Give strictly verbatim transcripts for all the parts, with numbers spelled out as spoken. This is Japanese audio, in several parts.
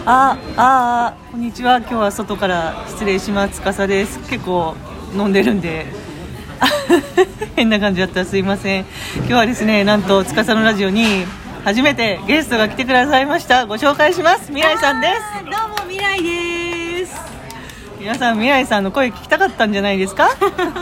ああこんにちは。今日は外から失礼します。司です。結構飲んでるんで変な感じだったらすいません。今日はですね、なんと司のラジオに初めてゲストが来てくださいました。ご紹介します。未来さんです。 どうも未来です。 皆さん未来さんの声聞きたかったんじゃないですか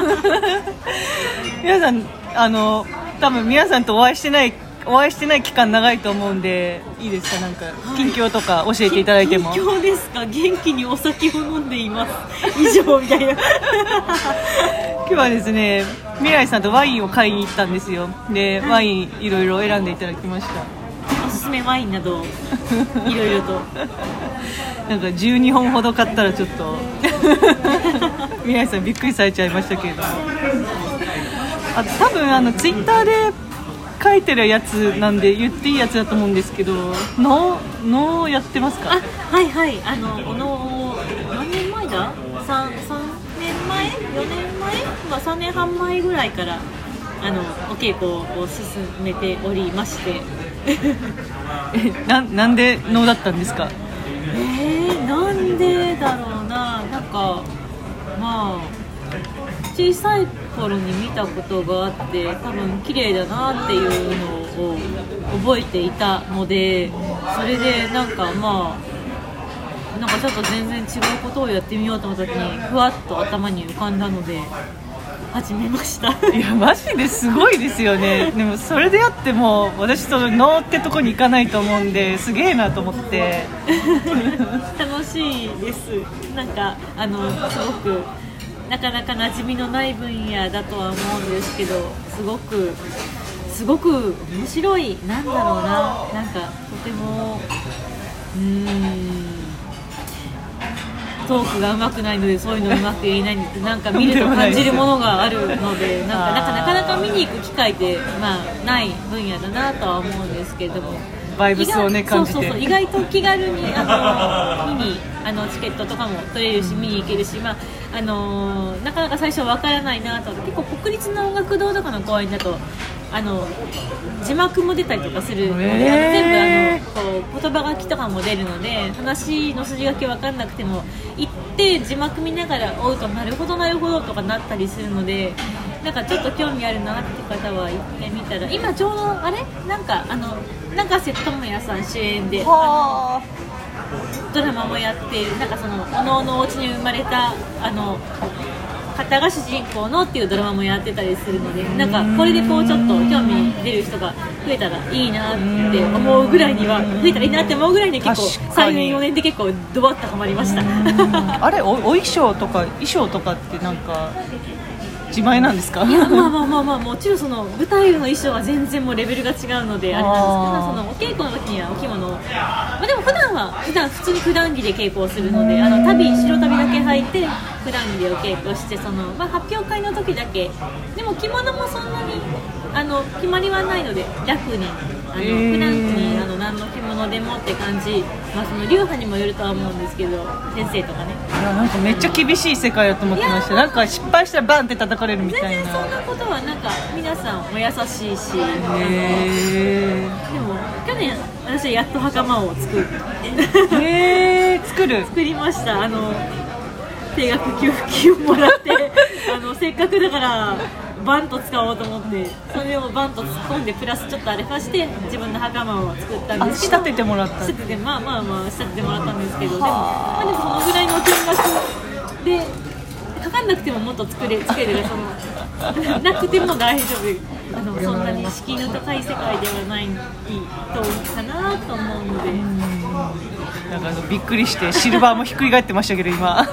皆さんあの多分皆さんとお会いしてないお会いしてない期間長いと思うんで、いいですか、なんか近況とか教えていただいても。 近況ですか。元気にお酒を飲んでいます以上みたいな今日はですね、未来さんとワインを買いに行ったんですよ。で、ワインいろいろ選んでいただきました。 おすすめワインなどいろいろとなんかじゅうにほんほど買ったらちょっと未来さんびっくりされちゃいましたけれども、あ多分あのツイッターで書いてるやつなんで言っていいやつだと思うんですけど、ののやってますか？ あ、はいはい、あのこの何年前だ 3, 3年前よねんまえ、まあ、さんねんはん前ぐらいからあのお稽古を進めておりましてえ な, なんで能だったんですか？ えー、なんでだろうな。なんかまあ小さい頃に見たことがあって、多分綺麗だなっていうのを覚えていたので、それでなんかまあなんかちょっと全然違うことをやってみようと思った時にふわっと頭に浮かんだので始めましたいやマジですごいですよね。でもそれでやっても私その能ってとこに行かないと思うんで、すげえなと思って楽しいです。なんかあのすごくなかなか馴染みのない分野だとは思うんですけど、すごくすごく面白い、なんだろうな、なんかとてもうーんトークが上手くないのでそういうの上手く言えないんですけど、なんか見ると感じるものがあるので、なんかなんかなかなか見に行く機会って、まあ、ない分野だなとは思うんですけれども、 バイブスをね感じて、 そうそうそう、意外と気軽にあの見にあのチケットとかも取れるし見に行けるし、まああのー、なかなか最初わからないなと思って、結構国立の音楽堂とかの公演だとあの字幕も出たりとかするので、 えー、 全部あのこう言葉書きとかも出るので、話の筋書きわかんなくても行って字幕見ながら追うとなるほどなるほどとかなったりするので、なんかちょっと興味あるなって方は行ってみたら、今ちょうどあれなんかあの永瀬智也さん主演であのドラマもやっている、なんかそのおのおのお家に生まれたあの方が主人公のっていうドラマもやってたりするので、なんかこれでこうちょっと興味出る人が増えたらいいなって思うぐらいには、増えたらいいなって思うぐらいに結構さんねんよねんで結構ドバッとハマりましたあれ お, お衣装とか衣装とかってなんか自前なんですか？ いやまあまあまあまあ、もちろんその舞台の衣装は全然もうレベルが違うのであれなんですけど、そのお稽古の時にはお着物を、まあ、でも普段は普段普通に普段着で稽古をするので、あの旅白旅だけ履いて普段着でお稽古して、その、まあ、発表会の時だけでも着物もそんなにあの決まりはないので楽にあの、えー、普段着にあの何の着物でもって感じ、まあ、その流派にもよるとは思うんですけど、先生とかね、 いやなんかめっちゃ厳しい世界だと思ってました。なんか失敗したらバンって叩かれるみたいな。 全然そんなことはなんか皆さんお優しいし、 へでも去年私はやっと袴を作るへー作る作りました。あの定額給付金をもらってあのせっかくだからバンと使おうと思って、それをバンと突っ込んでプラスちょっとあれかして自分の袴を作ったんですけど、 仕立ててもらった仕立ててまあまあまあ仕立ててもらったんですけど、でも、まあ、でもそのぐらいの金額でかかんなくてももっと作れ作れるそのなくても大丈夫、あのそんなに敷居の高い世界ではないとかなと思うので、 なんかあのびっくりしてシルバーもひっくり返ってましたけど今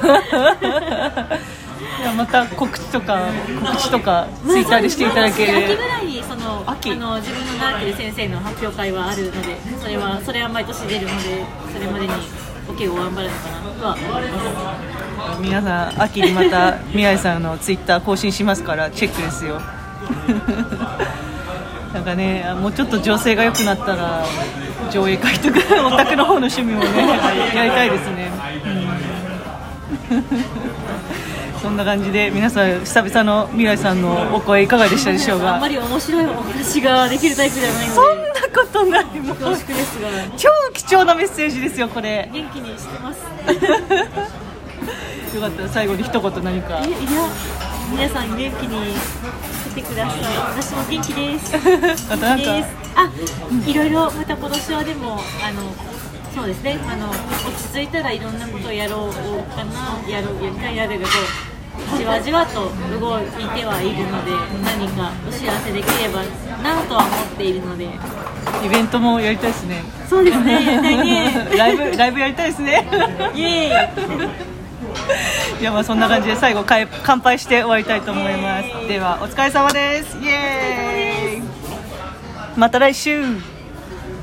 いやまた告知とか告知とかツイッターでしていただける、 秋ぐらいにその秋あの自分の習ってる先生の発表会はあるので、それはそれは毎年出るので、それまでにお稽古頑張るのかなとは思います。 皆さん秋にまた未来さんのツイッター更新しますからチェックですよなんかね、もうちょっと情勢が良くなったら上映会とかオタクの方の趣味もねやりたいですね、うんそんな感じで皆さん久々の未来さんのお声いかがでしたでしょうか？ あんまり面白いお話ができるタイプじゃないので、 そんなことない。もう恐縮ですが超貴重なメッセージですよこれ。 元気にしてます。 よかったら最後に一言何か。 いや、いや皆さん元気にしててください。私も元気です。 あとなんかですあ、いろいろまた今年はでもあのそうですね、あの落ち着いたらいろんなことをやろうかな、やろうやりたいなというかこうじわじわと動いてはいるので、何かお知らせできればなとは思っているので。 イベントもやりたいですね。 そうですね、やりたいね。 ライブライブやりたいですね。 イエーイ。 いやまあそんな感じで最後乾杯して終わりたいと思います。ではお疲れ様です。イエーイ。また来週。